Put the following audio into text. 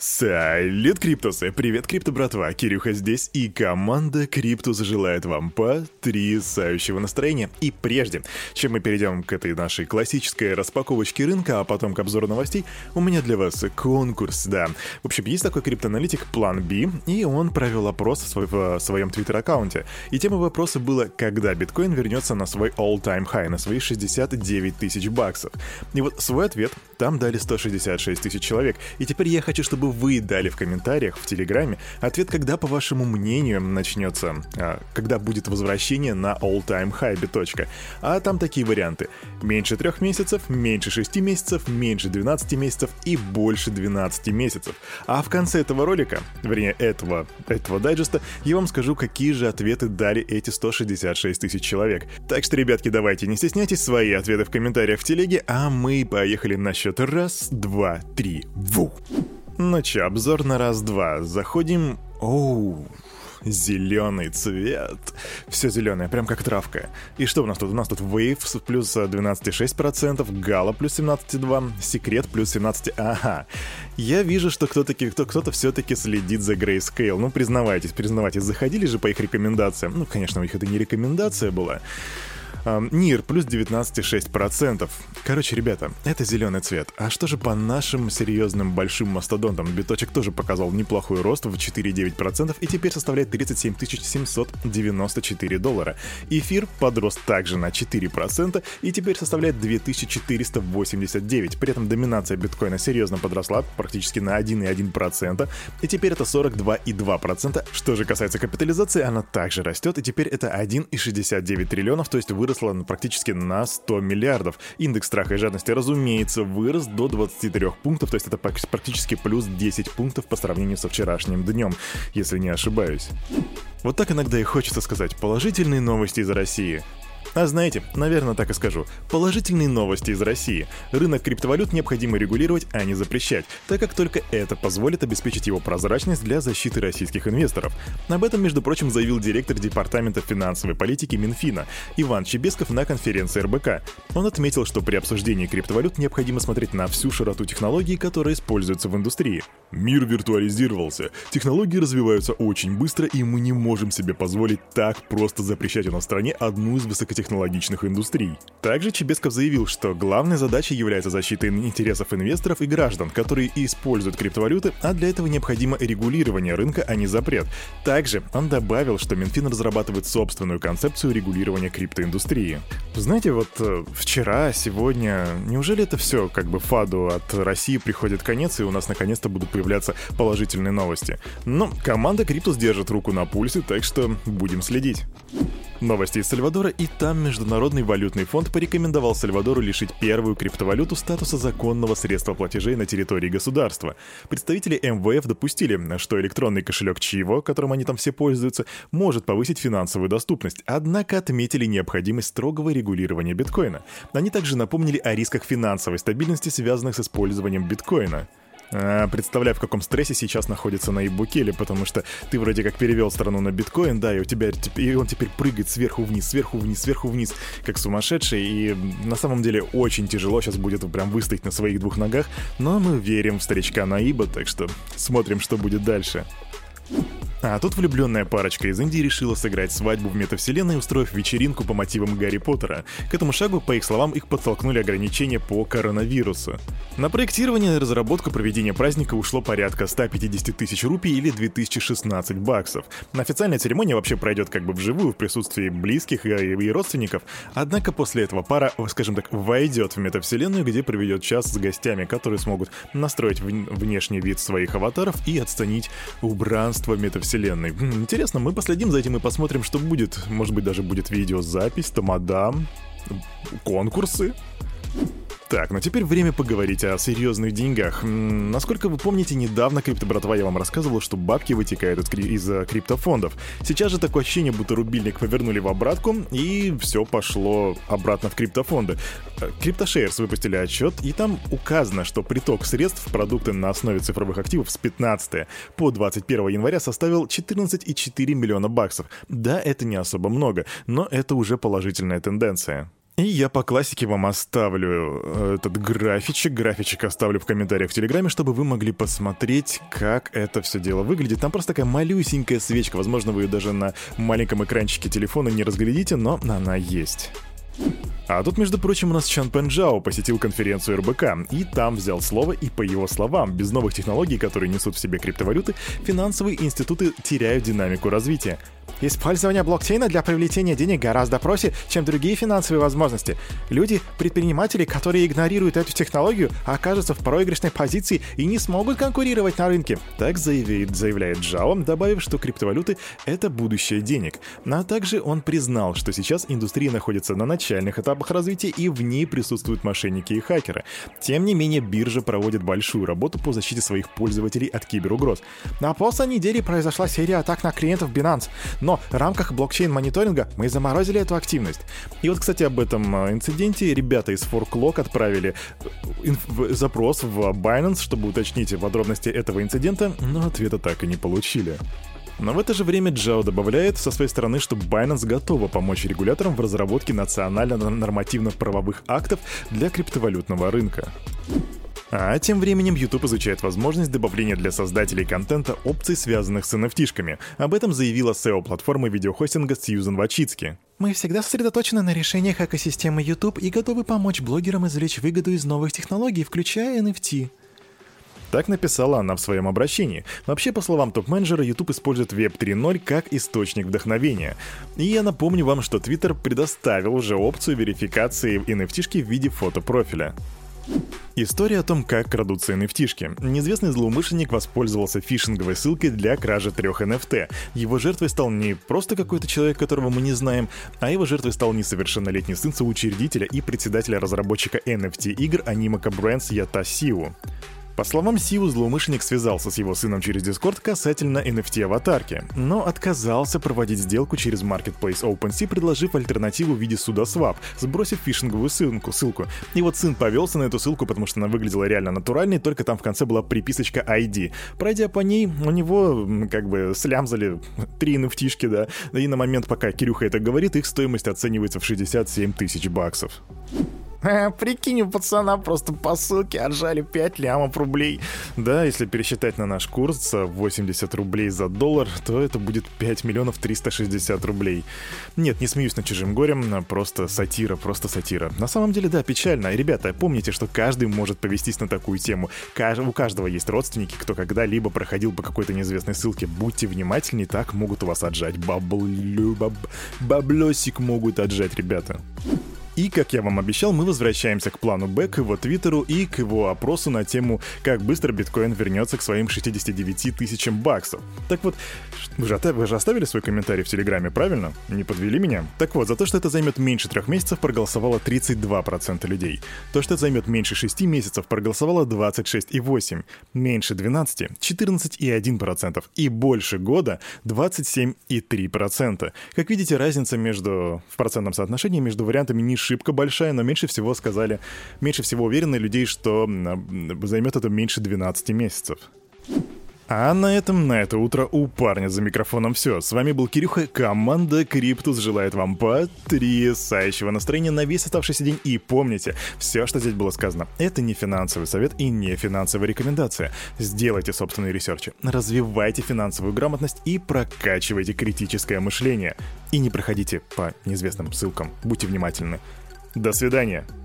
Салют, Криптусы! Привет, Крипто братва! Кирюха здесь, и команда Криптус желает вам потрясающего настроения. И прежде, чем мы перейдем к этой нашей классической распаковочке рынка, а потом к обзору новостей, у меня для вас конкурс, да. В общем, есть такой криптоаналитик План B, и он провел опрос в своем твиттер-аккаунте. И тема вопроса была, когда биткоин вернется на свой all-time high, на свои 69 тысяч баксов. И вот свой ответ там дали 166 тысяч человек. И теперь я хочу, чтобы вы дали в комментариях в Телеграме ответ, когда, по вашему мнению, начнется, когда будет возвращение на all-time high биточка. А там такие варианты: меньше 3 месяцев, меньше 6 месяцев, меньше 12 месяцев и больше 12 месяцев. А в конце этого ролика, вернее этого дайджеста, я вам скажу, какие же ответы дали эти 166 тысяч человек. Так что, ребятки, давайте, не стесняйтесь, свои ответы в комментариях в телеге, а мы поехали на счет раз, два, три, ву! Ну чё, обзор на раз-два. Заходим... Оу... Зеленый цвет. Все зеленое, прям как травка. И что у нас тут? У нас тут Waves плюс 12,6%, Gala плюс 17,2%, Секрет плюс 17%. Ага. Я вижу, что кто-то все-таки следит за Grayscale. Ну, признавайтесь, заходили же по их рекомендациям. Ну, конечно, у них это не рекомендация была. NIR плюс 19,6%. Короче, ребята, это зеленый цвет. А что же по нашим серьезным большим мастодонтам? Биточек тоже показал неплохой рост в 4,9% и теперь составляет 37 794 доллара. Эфир подрос также на 4% и теперь составляет 2489. При этом доминация биткоина серьезно подросла практически на 1,1%. И теперь это 42,2%. Что же касается капитализации, она также растет. И теперь это 1,69 триллионов, то есть выросла практически на 100 миллиардов. Индекс страха и жадности, разумеется, вырос до 23 пунктов, то есть это практически плюс 10 пунктов по сравнению со вчерашним днем, если не ошибаюсь. Вот так иногда и хочется сказать: положительные новости из России. А знаете, наверное, так и скажу. Положительные новости из России. Рынок криптовалют необходимо регулировать, а не запрещать, так как только это позволит обеспечить его прозрачность для защиты российских инвесторов. Об этом, между прочим, заявил директор Департамента финансовой политики Минфина Иван Чебесков на конференции РБК. Он отметил, что при обсуждении криптовалют необходимо смотреть на всю широту технологий, которые используются в индустрии. Мир виртуализировался, технологии развиваются очень быстро, и мы не можем себе позволить так просто запрещать у нас в стране одну из высокотехнологичных индустрий. Также Чебесков заявил, что главной задачей является защита интересов инвесторов и граждан, которые используют криптовалюты, а для этого необходимо регулирование рынка, а не запрет. Также он добавил, что Минфин разрабатывает собственную концепцию регулирования криптоиндустрии. Знаете, вот вчера, сегодня, неужели это все как бы фаду от России приходит конец, и у нас наконец-то будут появляться положительные новости? Но команда Криптус держит руку на пульсе, так что будем следить. Новости из Сальвадора, и там Международный валютный фонд порекомендовал Сальвадору лишить первую криптовалюту статуса законного средства платежей на территории государства. Представители МВФ допустили, что электронный кошелек Чиво, которым они там все пользуются, может повысить финансовую доступность, однако отметили необходимость строгого регулирования биткоина. Они также напомнили о рисках финансовой стабильности, связанных с использованием биткоина. Представляю, в каком стрессе сейчас находится Наиб Букеле, потому что ты вроде как перевел страну на биткоин, да, и он теперь прыгает сверху вниз, как сумасшедший, и на самом деле очень тяжело сейчас будет прям выстоять на своих 2 ногах, но мы верим в старичка Наиба, так что смотрим, что будет дальше. А тут влюбленная парочка из Индии решила сыграть свадьбу в метавселенной, устроив вечеринку по мотивам Гарри Поттера. К этому шагу, по их словам, их подтолкнули ограничения по коронавирусу. На проектирование и разработку проведения праздника ушло порядка 150 тысяч рупий или 2016 баксов. Официальная церемония вообще пройдет как бы вживую, в присутствии близких и родственников, однако после этого пара, скажем так, войдет в метавселенную, где проведет час с гостями, которые смогут настроить внешний вид своих аватаров и оценить убранство метавселенной. Интересно, мы последим за этим и посмотрим, что будет. Может быть, даже будет видеозапись, тамадам, конкурсы. Так, ну теперь время поговорить о серьезных деньгах. Насколько вы помните, недавно, Крипто братва, я вам рассказывал, что бабки вытекают из криптофондов. Сейчас же такое ощущение, будто рубильник повернули в обратку, и все пошло обратно в криптофонды. CryptoShares выпустили отчет, и там указано, что приток средств в продукты на основе цифровых активов с 15 по 21 января составил 14,4 миллиона баксов. Да, это не особо много, но это уже положительная тенденция. И я по классике вам оставлю этот графичек оставлю в комментариях в Телеграме, чтобы вы могли посмотреть, как это все дело выглядит. Там просто такая малюсенькая свечка, возможно, вы ее даже на маленьком экранчике телефона не разглядите, но она есть. А тут, между прочим, у нас Чанпен Джао посетил конференцию РБК, и там взял слово, и по его словам, без новых технологий, которые несут в себе криптовалюты, финансовые институты теряют динамику развития. Использование блокчейна для привлечения денег гораздо проще, чем другие финансовые возможности. Люди, предприниматели, которые игнорируют эту технологию, окажутся в проигрышной позиции и не смогут конкурировать на рынке. Так заявляет Джао, добавив, что криптовалюты — это будущее денег. А также он признал, что сейчас индустрия находится на начальных этапах развития и в ней присутствуют мошенники и хакеры. Тем не менее, биржа проводит большую работу по защите своих пользователей от киберугроз. На прошлой неделе произошла серия атак на клиентов Binance, но в рамках блокчейн-мониторинга мы заморозили эту активность. И вот, кстати, об этом инциденте ребята из ForkLog отправили запрос в Binance, чтобы уточнить подробности этого инцидента, но ответа так и не получили. Но в это же время Джао добавляет со своей стороны, что Binance готова помочь регуляторам в разработке национально-нормативно-правовых актов для криптовалютного рынка. А тем временем YouTube изучает возможность добавления для создателей контента опций, связанных с NFT-шками. Об этом заявила SEO платформы видеохостинга Сьюзан Вачицки. Мы всегда сосредоточены на решениях экосистемы YouTube и готовы помочь блогерам извлечь выгоду из новых технологий, включая NFT. Так написала она в своем обращении. Вообще, по словам топ-менеджера, YouTube использует Web 3.0 как источник вдохновения. И я напомню вам, что Twitter предоставил уже опцию верификации NFT-шки в виде фотопрофиля. История о том, как крадутся NFT-шки. Неизвестный злоумышленник воспользовался фишинговой ссылкой для кражи 3 NFT. Его жертвой стал не просто какой-то человек, которого мы не знаем, а его жертвой стал несовершеннолетний сын соучредителя и председателя разработчика NFT-игр Animoca Brands Ята Сиу. По словам Сиу, злоумышленник связался с его сыном через Discord касательно NFT-аватарки, но отказался проводить сделку через Marketplace OpenSea, предложив альтернативу в виде SudoSwap, сбросив фишинговую ссылку. И вот сын повелся на эту ссылку, потому что она выглядела реально натуральной, только там в конце была приписочка ID. Пройдя по ней, у него как бы слямзали 3 NFT-шки, да, и на момент, пока Кирюха это говорит, их стоимость оценивается в 67 тысяч баксов. Прикинь, у пацана просто по ссылке отжали 5 лямов рублей. Да, если пересчитать на наш курс 80 рублей за $1, то это будет 5 миллионов 360 рублей. Нет, не смеюсь над чужим горем, просто сатира. На самом деле, да, печально. И, ребята, помните, что каждый может повестись на такую тему. У каждого есть родственники, кто когда-либо проходил по какой-то неизвестной ссылке. Будьте внимательнее, так могут у вас отжать. Баблосик могут отжать, ребята. И, как я вам обещал, мы возвращаемся к плану Б, к его твиттеру и к его опросу на тему, как быстро биткоин вернется к своим 69 тысячам баксов. Так вот, вы же оставили свой комментарий в Телеграме, правильно? Не подвели меня? Так вот, за то, что это займет меньше 3 месяцев, проголосовало 32% людей. То, что это займет меньше 6 месяцев, проголосовало 26,8%. Меньше 12 — 14,1%. И больше года — 27,3%. Как видите, разница в процентном соотношении между вариантами не шибко большая, но меньше всего уверены людей, что займет это меньше 12 месяцев. А на это утро у парня за микрофоном все. С вами был Кирюха, команда Криптус желает вам потрясающего настроения на весь оставшийся день. И помните, все, что здесь было сказано, это не финансовый совет и не финансовая рекомендация. Сделайте собственные ресерчи, развивайте финансовую грамотность и прокачивайте критическое мышление. И не проходите по неизвестным ссылкам. Будьте внимательны. До свидания.